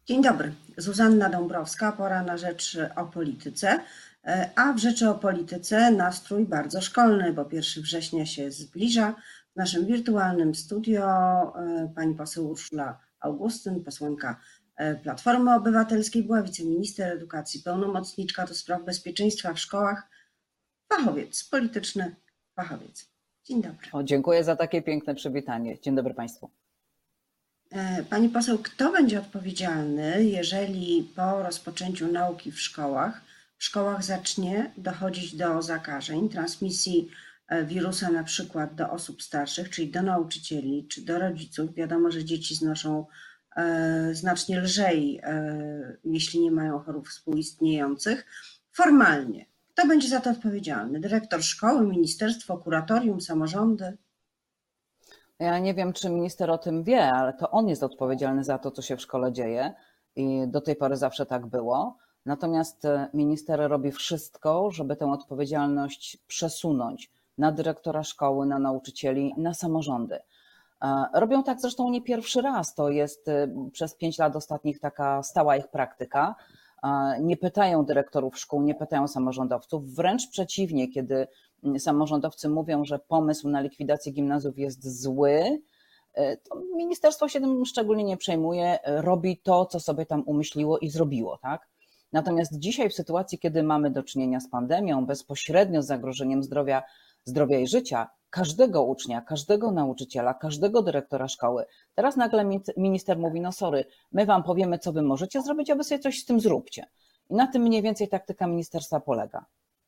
Dzień dobry, Zuzanna Dąbrowska, pora na Rzecz o Polityce, a w Rzeczy o Polityce nastrój bardzo szkolny, bo 1 września się zbliża. W naszym wirtualnym studio pani poseł Urszula Augustyn, posłanka Platformy Obywatelskiej, była wiceminister edukacji, pełnomocniczka do spraw bezpieczeństwa w szkołach, fachowiec, polityczny fachowiec. Dzień dobry. Dziękuję za takie piękne przywitanie. Dzień dobry Państwu. Pani poseł, kto będzie odpowiedzialny, jeżeli po rozpoczęciu nauki w szkołach zacznie dochodzić do zakażeń, transmisji wirusa na przykład do osób starszych, czyli do nauczycieli czy do rodziców? Wiadomo, że dzieci znoszą znacznie lżej, jeśli nie mają chorób współistniejących. Formalnie, kto będzie za to odpowiedzialny? Dyrektor szkoły, ministerstwo, kuratorium, samorządy? Ja nie wiem, czy minister o tym wie, ale to on jest odpowiedzialny za to, co się w szkole dzieje i do tej pory zawsze tak było. Natomiast minister robi wszystko, żeby tę odpowiedzialność przesunąć na dyrektora szkoły, na nauczycieli, na samorządy. Robią tak zresztą nie pierwszy raz, to jest przez 5 lat ostatnich taka stała ich praktyka. Nie pytają dyrektorów szkół, nie pytają samorządowców, wręcz przeciwnie, kiedy samorządowcy mówią, że pomysł na likwidację gimnazjów jest zły, to ministerstwo się tym szczególnie nie przejmuje, robi to, co sobie tam umyśliło i zrobiło, tak? Natomiast dzisiaj w sytuacji, kiedy mamy do czynienia z pandemią, bezpośrednio z zagrożeniem zdrowia i życia każdego ucznia, każdego nauczyciela, każdego dyrektora szkoły, teraz nagle minister mówi, no sorry, my wam powiemy, co wy możecie zrobić, a wy sobie coś z tym zróbcie. I na tym mniej więcej taktyka ministerstwa polega.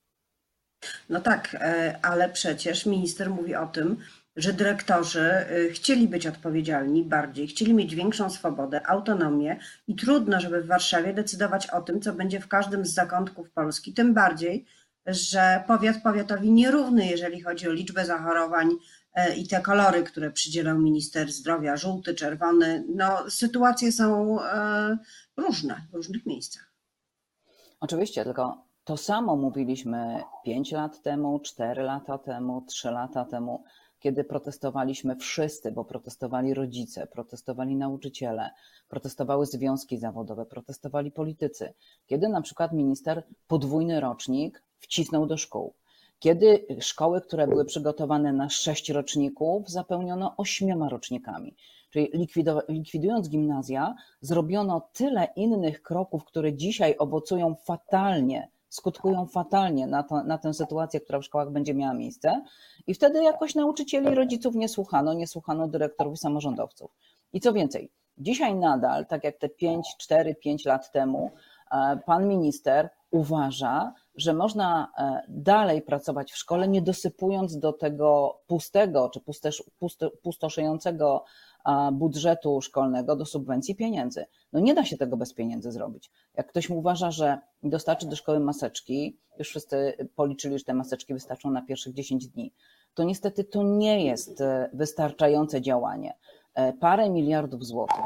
No tak, ale przecież minister mówi o tym, że dyrektorzy chcieli być odpowiedzialni bardziej, chcieli mieć większą swobodę, autonomię i trudno, żeby w Warszawie decydować o tym, co będzie w każdym z zakątków Polski, tym bardziej, że powiat powiatowi nierówny, jeżeli chodzi o liczbę zachorowań i te kolory, które przydzielał minister zdrowia, żółty, czerwony. No, sytuacje są różne w różnych miejscach. Oczywiście, tylko to samo mówiliśmy 5 lat temu, 4 lata temu, 3 lata temu, kiedy protestowaliśmy wszyscy, bo protestowali rodzice, protestowali nauczyciele, protestowały związki zawodowe, protestowali politycy. Kiedy na przykład minister podwójny rocznik wcisnął do szkół. Kiedy szkoły, które były przygotowane na 6 roczników, zapełniono 8 rocznikami. Czyli likwidując gimnazja, zrobiono tyle innych kroków, które dzisiaj owocują fatalnie, skutkują fatalnie na tę sytuację, która w szkołach będzie miała miejsce. I wtedy jakoś nauczycieli i rodziców nie słuchano dyrektorów i samorządowców. I co więcej, dzisiaj nadal, tak jak te 5 lat temu, pan minister uważa, że można dalej pracować w szkole, nie dosypując do tego pustego czy pustoszejącego budżetu szkolnego do subwencji pieniędzy. No nie da się tego bez pieniędzy zrobić. Jak ktoś mu uważa, że dostarczy do szkoły maseczki, już wszyscy policzyli, że te maseczki wystarczą na pierwszych 10 dni, to niestety to nie jest wystarczające działanie. Parę miliardów złotych,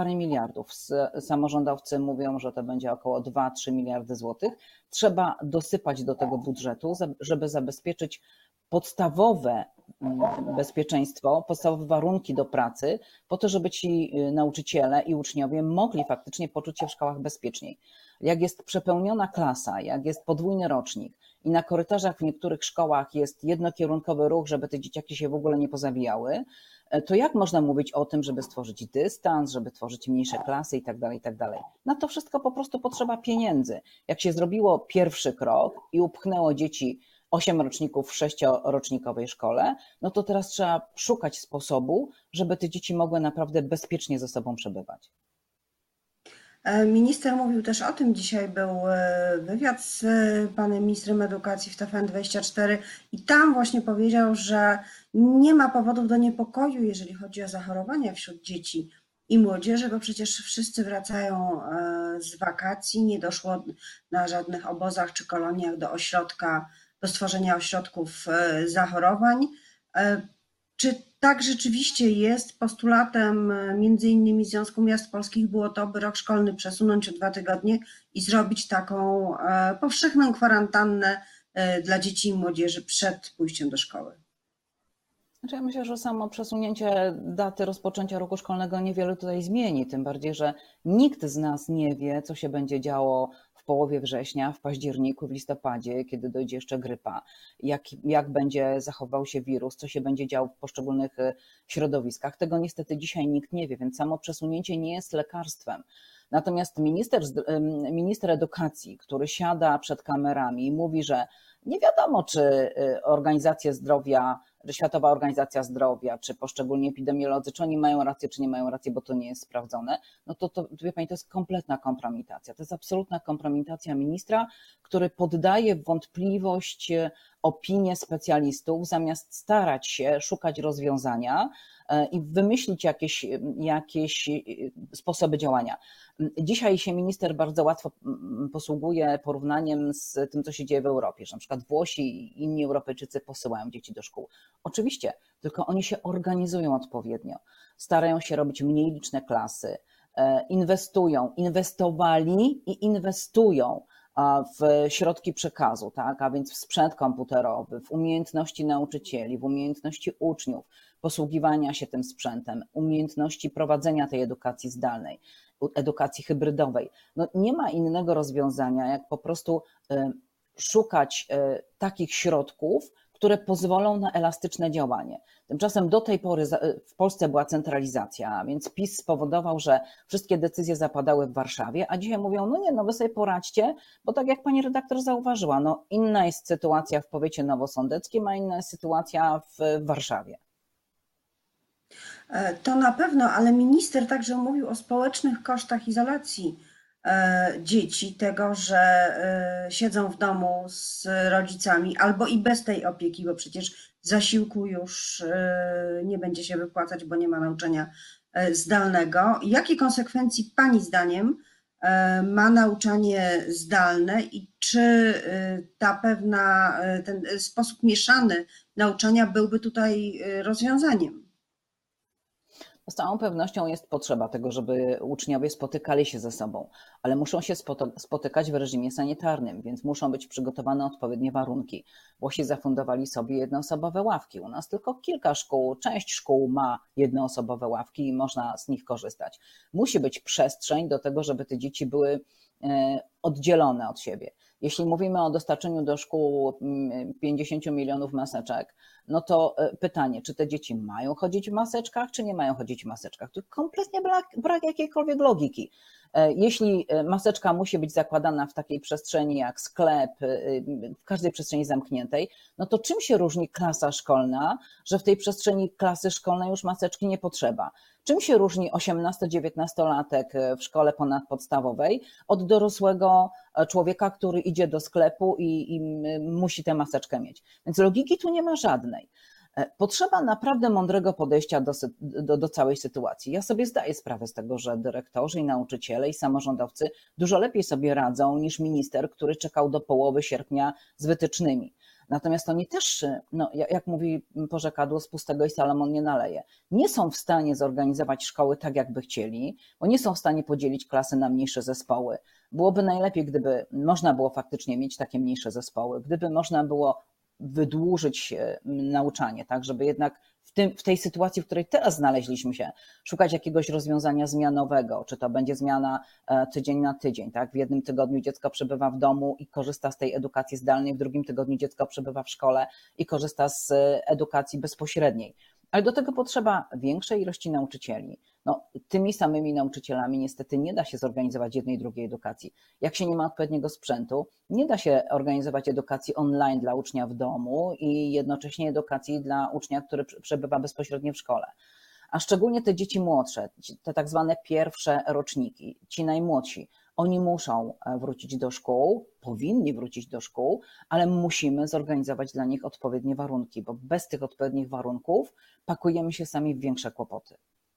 samorządowcy mówią, że to będzie około 2-3 miliardy złotych, trzeba dosypać do tego budżetu, żeby zabezpieczyć podstawowe bezpieczeństwo, podstawowe warunki do pracy, po to, żeby ci nauczyciele i uczniowie mogli faktycznie poczuć się w szkołach bezpieczniej. Jak jest przepełniona klasa, jak jest podwójny rocznik i na korytarzach w niektórych szkołach jest jednokierunkowy ruch, żeby te dzieciaki się w ogóle nie pozabijały, to jak można mówić o tym, żeby stworzyć dystans, żeby tworzyć mniejsze klasy i tak dalej, i tak dalej. Na to wszystko po prostu potrzeba pieniędzy. Jak się zrobiło pierwszy krok i upchnęło dzieci 8 roczników w 6-rocznikowej szkole, no to teraz trzeba szukać sposobu, żeby te dzieci mogły naprawdę bezpiecznie ze sobą przebywać. Minister mówił też o tym, dzisiaj był wywiad z panem ministrem edukacji w TVN24 i tam właśnie powiedział, że nie ma powodów do niepokoju, jeżeli chodzi o zachorowania wśród dzieci i młodzieży, bo przecież wszyscy wracają z wakacji, nie doszło na żadnych obozach czy koloniach do stworzenia ośrodków zachorowań. Czy tak rzeczywiście jest? Postulatem między innymi Związku Miast Polskich było to, by rok szkolny przesunąć o 2 tygodnie i zrobić taką powszechną kwarantannę dla dzieci i młodzieży przed pójściem do szkoły. Znaczy ja myślę, że samo przesunięcie daty rozpoczęcia roku szkolnego niewiele tutaj zmieni, tym bardziej, że nikt z nas nie wie, co się będzie działo w połowie września, w październiku, w listopadzie, kiedy dojdzie jeszcze grypa, jak będzie zachował się wirus, co się będzie działo w poszczególnych środowiskach. Tego niestety dzisiaj nikt nie wie, więc samo przesunięcie nie jest lekarstwem. Natomiast minister edukacji, który siada przed kamerami i mówi, że nie wiadomo, czy organizacje zdrowia, Światowa Organizacja Zdrowia, czy poszczególni epidemiolodzy, czy oni mają rację, czy nie mają racji, bo to nie jest sprawdzone, no to wie pani, to jest kompletna kompromitacja. To jest absolutna kompromitacja ministra, który poddaje w wątpliwość opinię specjalistów, zamiast starać się szukać rozwiązania i wymyślić jakieś sposoby działania. Dzisiaj się minister bardzo łatwo posługuje porównaniem z tym, co się dzieje w Europie, że na przykład Włosi i inni Europejczycy posyłają dzieci do szkół. Oczywiście, tylko oni się organizują odpowiednio, starają się robić mniej liczne klasy, inwestowali i inwestują w środki przekazu, tak? A więc w sprzęt komputerowy, w umiejętności nauczycieli, w umiejętności uczniów, posługiwania się tym sprzętem, umiejętności prowadzenia tej edukacji zdalnej, edukacji hybrydowej. No nie ma innego rozwiązania, jak po prostu szukać takich środków, które pozwolą na elastyczne działanie. Tymczasem do tej pory w Polsce była centralizacja, więc PiS spowodował, że wszystkie decyzje zapadały w Warszawie, a dzisiaj mówią, no nie, no wy sobie poradźcie, bo tak jak pani redaktor zauważyła, no inna jest sytuacja w powiecie nowosądeckim, a inna jest sytuacja w Warszawie. To na pewno, ale minister także mówił o społecznych kosztach izolacji dzieci, tego, że siedzą w domu z rodzicami albo i bez tej opieki, bo przecież zasiłku już nie będzie się wypłacać, bo nie ma nauczania zdalnego. Jakie konsekwencje pani zdaniem ma nauczanie zdalne i czy ten sposób mieszany nauczania byłby tutaj rozwiązaniem? Z całą pewnością jest potrzeba tego, żeby uczniowie spotykali się ze sobą, ale muszą się spotykać w reżimie sanitarnym, więc muszą być przygotowane odpowiednie warunki. Włosi zafundowali sobie jednoosobowe ławki. U nas tylko kilka szkół, część szkół ma jednoosobowe ławki i można z nich korzystać. Musi być przestrzeń do tego, żeby te dzieci były oddzielone od siebie. Jeśli mówimy o dostarczeniu do szkół 50 milionów maseczek, no to pytanie, czy te dzieci mają chodzić w maseczkach, czy nie mają chodzić w maseczkach? Tu kompletnie brak jakiejkolwiek logiki. Jeśli maseczka musi być zakładana w takiej przestrzeni jak sklep, w każdej przestrzeni zamkniętej, no to czym się różni klasa szkolna, że w tej przestrzeni klasy szkolnej już maseczki nie potrzeba? Czym się różni 18-19-latek w szkole ponadpodstawowej od dorosłego człowieka, który idzie do sklepu i musi tę maseczkę mieć? Więc logiki tu nie ma żadnej. Potrzeba naprawdę mądrego podejścia do całej sytuacji. Ja sobie zdaję sprawę z tego, że dyrektorzy i nauczyciele i samorządowcy dużo lepiej sobie radzą niż minister, który czekał do połowy sierpnia z wytycznymi. Natomiast oni też, no, jak mówi porzekadło, z pustego i Salomon nie naleje. Nie są w stanie zorganizować szkoły tak, jakby chcieli, bo nie są w stanie podzielić klasy na mniejsze zespoły. Byłoby najlepiej, gdyby można było faktycznie mieć takie mniejsze zespoły, gdyby można było wydłużyć nauczanie, tak, żeby jednak w tej sytuacji, w której teraz znaleźliśmy się, szukać jakiegoś rozwiązania zmianowego, czy to będzie zmiana tydzień na tydzień, tak? W jednym tygodniu dziecko przebywa w domu i korzysta z tej edukacji zdalnej, w drugim tygodniu dziecko przebywa w szkole i korzysta z edukacji bezpośredniej. Ale do tego potrzeba większej ilości nauczycieli. No, tymi samymi nauczycielami niestety nie da się zorganizować jednej, drugiej edukacji. Jak się nie ma odpowiedniego sprzętu, nie da się organizować edukacji online dla ucznia w domu i jednocześnie edukacji dla ucznia, który przebywa bezpośrednio w szkole. A szczególnie te dzieci młodsze, te tak zwane pierwsze roczniki, ci najmłodsi, oni muszą wrócić do szkół, powinni wrócić do szkół, ale musimy zorganizować dla nich odpowiednie warunki, bo bez tych odpowiednich warunków pakujemy się sami w większe kłopoty.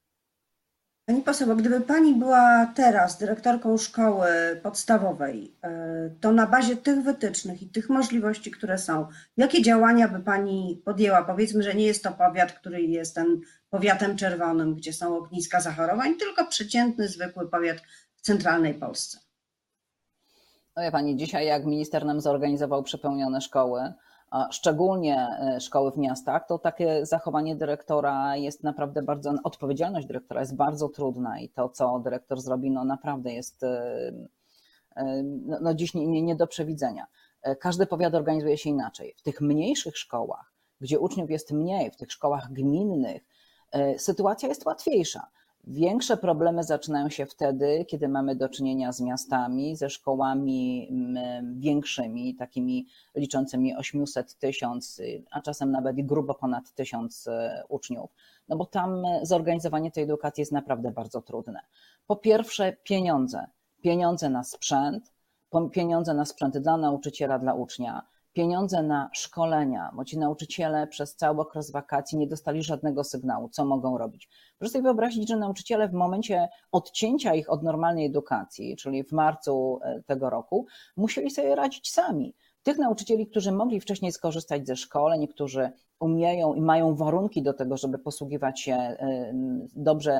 Pani poseł, gdyby pani była teraz dyrektorką szkoły podstawowej, to na bazie tych wytycznych i tych możliwości, które są, jakie działania by pani podjęła? Powiedzmy, że nie jest to powiat, który jest ten powiatem czerwonym, gdzie są ogniska zachorowań, tylko przeciętny, zwykły powiat w centralnej Polsce. No wie pani, dzisiaj jak minister nam zorganizował przepełnione szkoły, szczególnie szkoły w miastach, to takie zachowanie dyrektora jest naprawdę bardzo, odpowiedzialność dyrektora jest bardzo trudna i to, co dyrektor zrobi, no naprawdę jest dziś nie do przewidzenia. Każdy powiat organizuje się inaczej. W tych mniejszych szkołach, gdzie uczniów jest mniej, w tych szkołach gminnych, sytuacja jest łatwiejsza. Większe problemy zaczynają się wtedy, kiedy mamy do czynienia z miastami, ze szkołami większymi, takimi liczącymi 800, 1000, a czasem nawet grubo ponad 1000 uczniów, no bo tam zorganizowanie tej edukacji jest naprawdę bardzo trudne. Po pierwsze pieniądze na sprzęt, pieniądze na sprzęt dla nauczyciela, dla ucznia, pieniądze na szkolenia, bo ci nauczyciele przez cały okres wakacji nie dostali żadnego sygnału, co mogą robić. Proszę sobie wyobrazić, że nauczyciele w momencie odcięcia ich od normalnej edukacji, czyli w marcu tego roku, musieli sobie radzić sami. Tych nauczycieli, którzy mogli wcześniej skorzystać ze szkoleń, niektórzy umieją i mają warunki do tego, żeby posługiwać się dobrze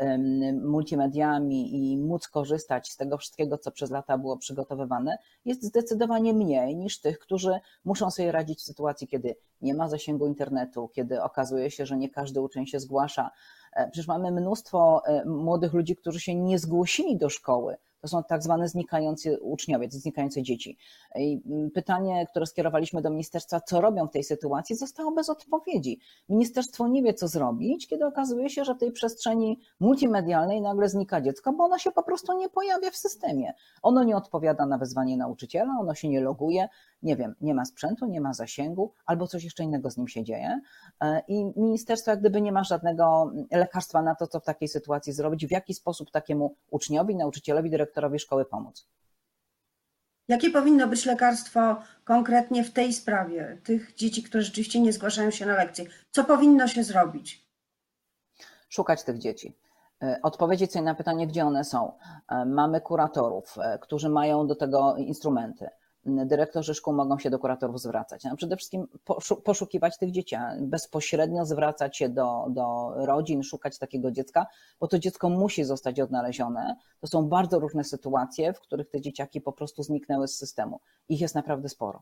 multimediami i móc korzystać z tego wszystkiego, co przez lata było przygotowywane, jest zdecydowanie mniej niż tych, którzy muszą sobie radzić w sytuacji, kiedy nie ma zasięgu internetu, kiedy okazuje się, że nie każdy uczeń się zgłasza. Przecież mamy mnóstwo młodych ludzi, którzy się nie zgłosili do szkoły. To są tak zwane znikający uczniowie, znikające dzieci. I pytanie, które skierowaliśmy do ministerstwa, co robią w tej sytuacji, zostało bez odpowiedzi. Ministerstwo nie wie, co zrobić, kiedy okazuje się, że w tej przestrzeni multimedialnej nagle znika dziecko, bo ono się po prostu nie pojawia w systemie. Ono nie odpowiada na wezwanie nauczyciela, ono się nie loguje, nie wiem, nie ma sprzętu, nie ma zasięgu, albo coś jeszcze innego z nim się dzieje. I ministerstwo jak gdyby nie ma żadnego lekarstwa na to, co w takiej sytuacji zrobić, w jaki sposób takiemu uczniowi, nauczycielowi, dyrektorowi szkoły pomóc. Jakie powinno być lekarstwo konkretnie w tej sprawie, tych dzieci, które rzeczywiście nie zgłaszają się na lekcje? Co powinno się zrobić? Szukać tych dzieci. Odpowiedzieć sobie na pytanie, gdzie one są. Mamy kuratorów, którzy mają do tego instrumenty. Dyrektorzy szkół mogą się do kuratorów zwracać. No przede wszystkim poszukiwać tych dzieci, bezpośrednio zwracać się do rodzin, szukać takiego dziecka, bo to dziecko musi zostać odnalezione. To są bardzo różne sytuacje, w których te dzieciaki po prostu zniknęły z systemu. Ich jest naprawdę sporo.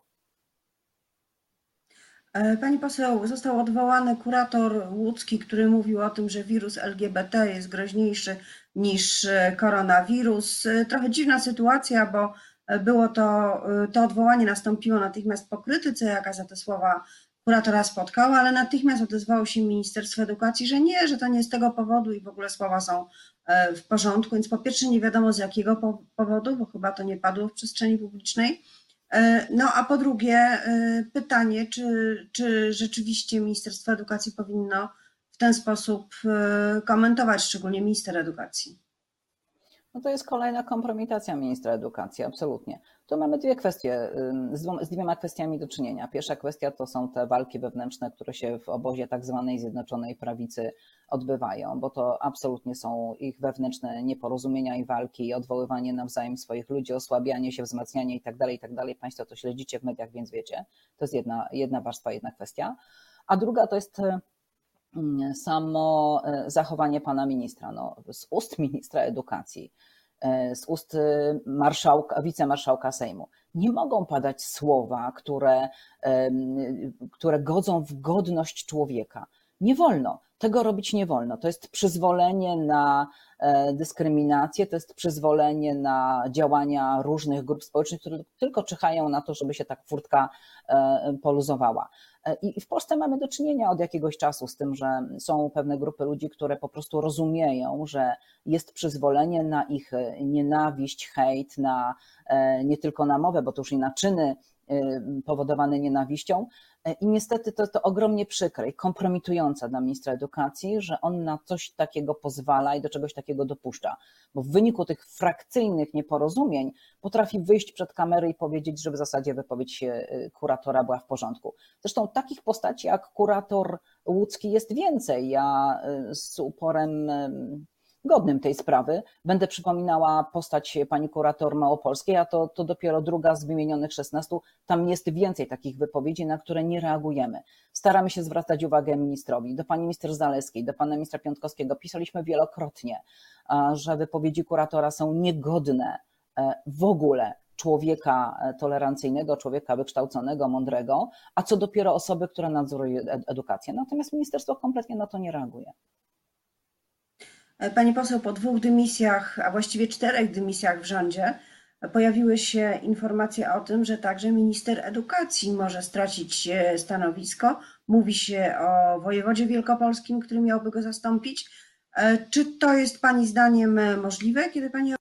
Pani poseł, został odwołany kurator łódzki, który mówił o tym, że wirus LGBT jest groźniejszy niż koronawirus. Trochę dziwna sytuacja, bo to odwołanie nastąpiło natychmiast po krytyce, jaka za te słowa kuratora spotkała, ale natychmiast odezwało się Ministerstwo Edukacji, że nie, że to nie z tego powodu i w ogóle słowa są w porządku. Więc po pierwsze nie wiadomo z jakiego powodu, bo chyba to nie padło w przestrzeni publicznej. No a po drugie pytanie, czy rzeczywiście Ministerstwo Edukacji powinno w ten sposób komentować, szczególnie minister edukacji? No to jest kolejna kompromitacja ministra edukacji, absolutnie. Tu mamy dwie kwestie, z dwiema kwestiami do czynienia. Pierwsza kwestia to są te walki wewnętrzne, które się w obozie tak zwanej Zjednoczonej Prawicy odbywają, bo to absolutnie są ich wewnętrzne nieporozumienia i walki i odwoływanie nawzajem swoich ludzi, osłabianie się, wzmacnianie itd., itd. Państwo to śledzicie w mediach, więc wiecie. To jest jedna warstwa, jedna kwestia. A druga to jest samo zachowanie pana ministra. No, z ust ministra edukacji, z ust wicemarszałka Sejmu nie mogą padać słowa, które godzą w godność człowieka. Nie wolno. Tego robić nie wolno. To jest przyzwolenie na dyskryminację, to jest przyzwolenie na działania różnych grup społecznych, które tylko czyhają na to, żeby się ta furtka poluzowała. I w Polsce mamy do czynienia od jakiegoś czasu z tym, że są pewne grupy ludzi, które po prostu rozumieją, że jest przyzwolenie na ich nienawiść, hejt, nie tylko na mowę, bo to już i na czyny powodowane nienawiścią. I niestety to jest to ogromnie przykre i kompromitujące dla ministra edukacji, że on na coś takiego pozwala i do czegoś takiego dopuszcza. Bo w wyniku tych frakcyjnych nieporozumień potrafi wyjść przed kamerę i powiedzieć, że w zasadzie wypowiedź kuratora była w porządku. Zresztą takich postaci jak kurator łódzki jest więcej. Ja z uporem godnym tej sprawy będę przypominała postać pani kurator małopolskiej, a to dopiero druga z wymienionych 16. Tam jest więcej takich wypowiedzi, na które nie reagujemy. Staramy się zwracać uwagę ministrowi, do pani minister Zalewskiej, do pana ministra Piątkowskiego. Pisaliśmy wielokrotnie, że wypowiedzi kuratora są niegodne w ogóle człowieka tolerancyjnego, człowieka wykształconego, mądrego, a co dopiero osoby, która nadzoruje edukację. Natomiast ministerstwo kompletnie na to nie reaguje. Pani poseł, po 2 dymisjach, a właściwie 4 dymisjach w rządzie pojawiły się informacje o tym, że także minister edukacji może stracić stanowisko. Mówi się o wojewodzie wielkopolskim, który miałby go zastąpić. Czy to jest Pani zdaniem możliwe, kiedy Pani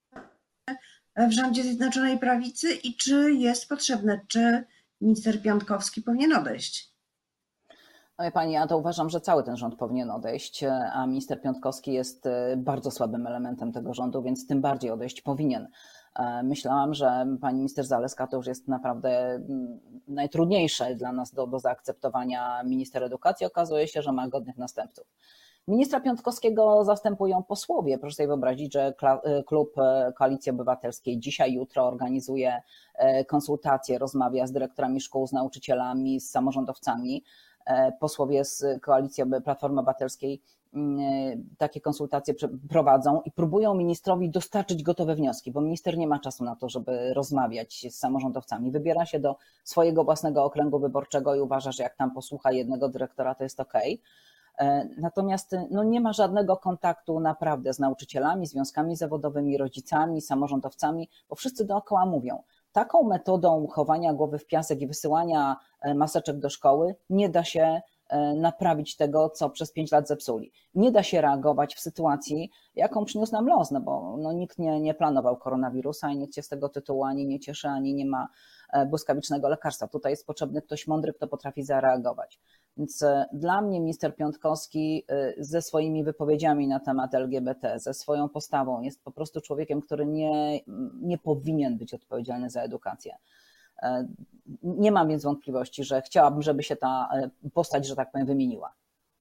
w rządzie Zjednoczonej Prawicy i czy jest potrzebne, czy minister Piontkowski powinien odejść? No wie Pani, ja to uważam, że cały ten rząd powinien odejść, a minister Piontkowski jest bardzo słabym elementem tego rządu, więc tym bardziej odejść powinien. Myślałam, że pani minister Zalewska to już jest naprawdę najtrudniejsze dla nas do zaakceptowania minister edukacji. Okazuje się, że ma godnych następców. Ministra Piontkowskiego zastępują posłowie. Proszę sobie wyobrazić, że klub Koalicji Obywatelskiej dzisiaj, jutro organizuje konsultacje, rozmawia z dyrektorami szkół, z nauczycielami, z samorządowcami. Posłowie z Koalicji Platformy Obywatelskiej takie konsultacje prowadzą i próbują ministrowi dostarczyć gotowe wnioski, bo minister nie ma czasu na to, żeby rozmawiać z samorządowcami. Wybiera się do swojego własnego okręgu wyborczego i uważa, że jak tam posłucha jednego dyrektora, to jest okej. Natomiast no, nie ma żadnego kontaktu naprawdę z nauczycielami, związkami zawodowymi, rodzicami, samorządowcami, bo wszyscy dookoła mówią, taką metodą chowania głowy w piasek i wysyłania maseczek do szkoły nie da się naprawić tego, co przez 5 lat zepsuli. Nie da się reagować w sytuacji, jaką przyniósł nam los, no bo no, nikt nie planował koronawirusa i nikt się z tego tytułu ani nie cieszy, ani nie ma błyskawicznego lekarstwa. Tutaj jest potrzebny ktoś mądry, kto potrafi zareagować. Więc dla mnie minister Piontkowski ze swoimi wypowiedziami na temat LGBT, ze swoją postawą jest po prostu człowiekiem, który nie powinien być odpowiedzialny za edukację. Nie mam więc wątpliwości, że chciałabym, żeby się ta postać, że tak powiem, wymieniła.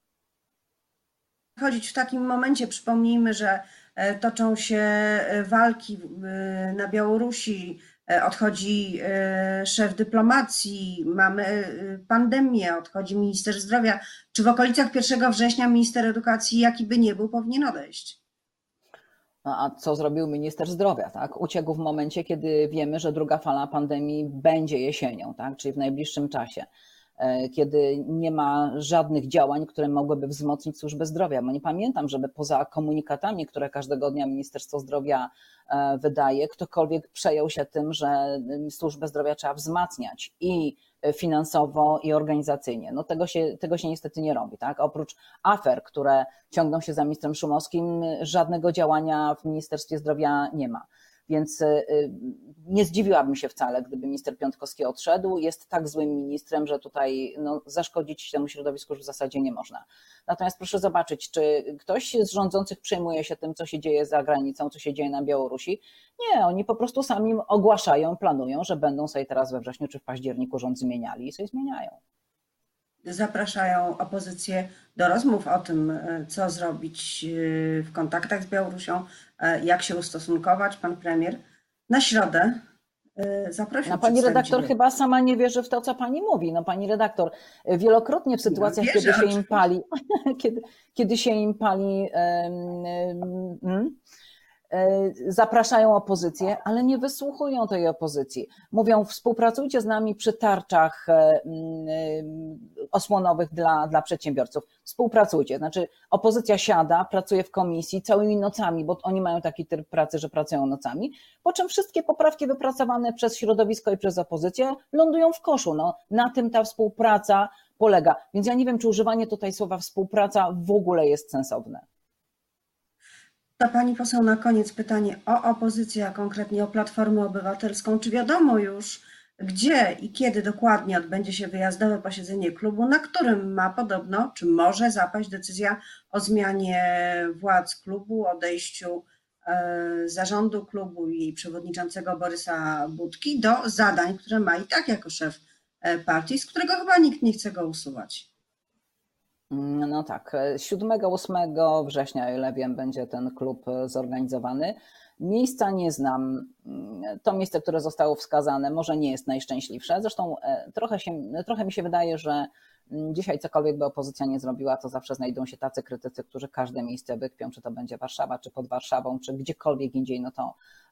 Chodzić w takim momencie, przypomnijmy, że toczą się walki na Białorusi, odchodzi szef dyplomacji, mamy pandemię, odchodzi minister zdrowia. Czy w okolicach 1 września minister edukacji, jaki by nie był, powinien odejść? No, a co zrobił minister zdrowia? Tak? Uciekł w momencie, kiedy wiemy, że druga fala pandemii będzie jesienią, tak? Czyli w najbliższym czasie, kiedy nie ma żadnych działań, które mogłyby wzmocnić służbę zdrowia. Bo nie pamiętam, żeby poza komunikatami, które każdego dnia Ministerstwo Zdrowia wydaje, ktokolwiek przejął się tym, że służbę zdrowia trzeba wzmacniać i finansowo i organizacyjnie. No tego się niestety nie robi. Tak? Oprócz afer, które ciągną się za ministrem Szumowskim, żadnego działania w Ministerstwie Zdrowia nie ma. Więc nie zdziwiłabym się wcale, gdyby minister Piontkowski odszedł. Jest tak złym ministrem, że tutaj no, zaszkodzić temu środowisku już w zasadzie nie można. Natomiast proszę zobaczyć, czy ktoś z rządzących przejmuje się tym, co się dzieje za granicą, co się dzieje na Białorusi? Nie, oni po prostu sami ogłaszają, planują, że będą sobie teraz we wrześniu czy w październiku rząd zmieniali i sobie zmieniają. Zapraszają opozycję do rozmów o tym, co zrobić w kontaktach z Białorusią, jak się ustosunkować. Pan premier na środę zaprosił Pani redaktor chyba sama nie wierzy w to, co pani mówi. No pani redaktor, wielokrotnie w sytuacjach, wierzę, kiedy się im pali, kiedy się im pali, zapraszają opozycję, ale nie wysłuchują tej opozycji. Mówią, współpracujcie z nami przy tarczach osłonowych dla przedsiębiorców. Współpracujcie. Znaczy opozycja siada, pracuje w komisji całymi nocami, bo oni mają taki tryb pracy, że pracują nocami, po czym wszystkie poprawki wypracowane przez środowisko i przez opozycję lądują w koszu. No, na tym ta współpraca polega. Więc ja nie wiem, czy używanie tutaj słowa współpraca w ogóle jest sensowne. To pani poseł na koniec pytanie o opozycję, a konkretnie o Platformę Obywatelską. Czy wiadomo już, gdzie i kiedy dokładnie odbędzie się wyjazdowe posiedzenie klubu, na którym ma podobno, czy może zapaść decyzja o zmianie władz klubu, odejściu zarządu klubu i przewodniczącego Borysa Budki do zadań, które ma i tak jako szef partii, z którego chyba nikt nie chce go usuwać? No tak, 7-8 września, o ile wiem, będzie ten klub zorganizowany. Miejsca nie znam. To miejsce, które zostało wskazane, może nie jest najszczęśliwsze. Zresztą trochę mi się wydaje, że dzisiaj cokolwiek by opozycja nie zrobiła, to zawsze znajdą się tacy krytycy, którzy każde miejsce wykpią, czy to będzie Warszawa, czy pod Warszawą, czy gdziekolwiek indziej, no to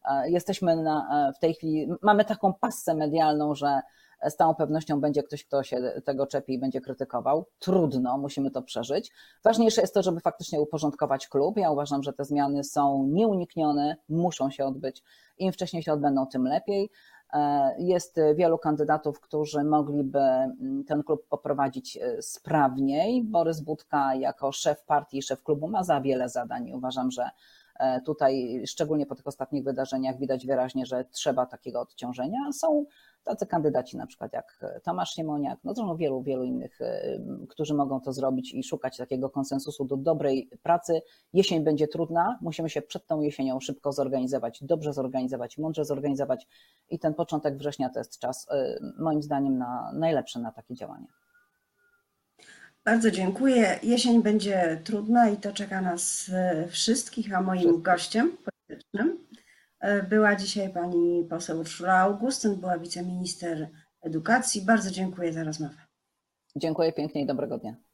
Jesteśmy w tej chwili, mamy taką passę medialną, że z całą pewnością będzie ktoś, kto się tego czepi i będzie krytykował. Trudno, musimy to przeżyć. Ważniejsze jest to, żeby faktycznie uporządkować klub. Ja uważam, że te zmiany są nieuniknione, muszą się odbyć. Im wcześniej się odbędą, tym lepiej. Jest wielu kandydatów, którzy mogliby ten klub poprowadzić sprawniej. Borys Budka jako szef partii, szef klubu ma za wiele zadań. Uważam, że tutaj, szczególnie po tych ostatnich wydarzeniach, widać wyraźnie, że trzeba takiego odciążenia. Są tacy kandydaci, na przykład jak Tomasz Siemoniak, no zresztą wielu innych, którzy mogą to zrobić i szukać takiego konsensusu do dobrej pracy. Jesień będzie trudna, musimy się przed tą jesienią szybko zorganizować, dobrze zorganizować, mądrze zorganizować i ten początek września to jest czas, moim zdaniem, najlepszy na takie działania. Bardzo dziękuję. Jesień będzie trudna i to czeka nas wszystkich, a moim gościem politycznym była dzisiaj pani poseł Urszula Augustyn, była wiceminister edukacji. Bardzo dziękuję za rozmowę. Dziękuję pięknie i dobrego dnia.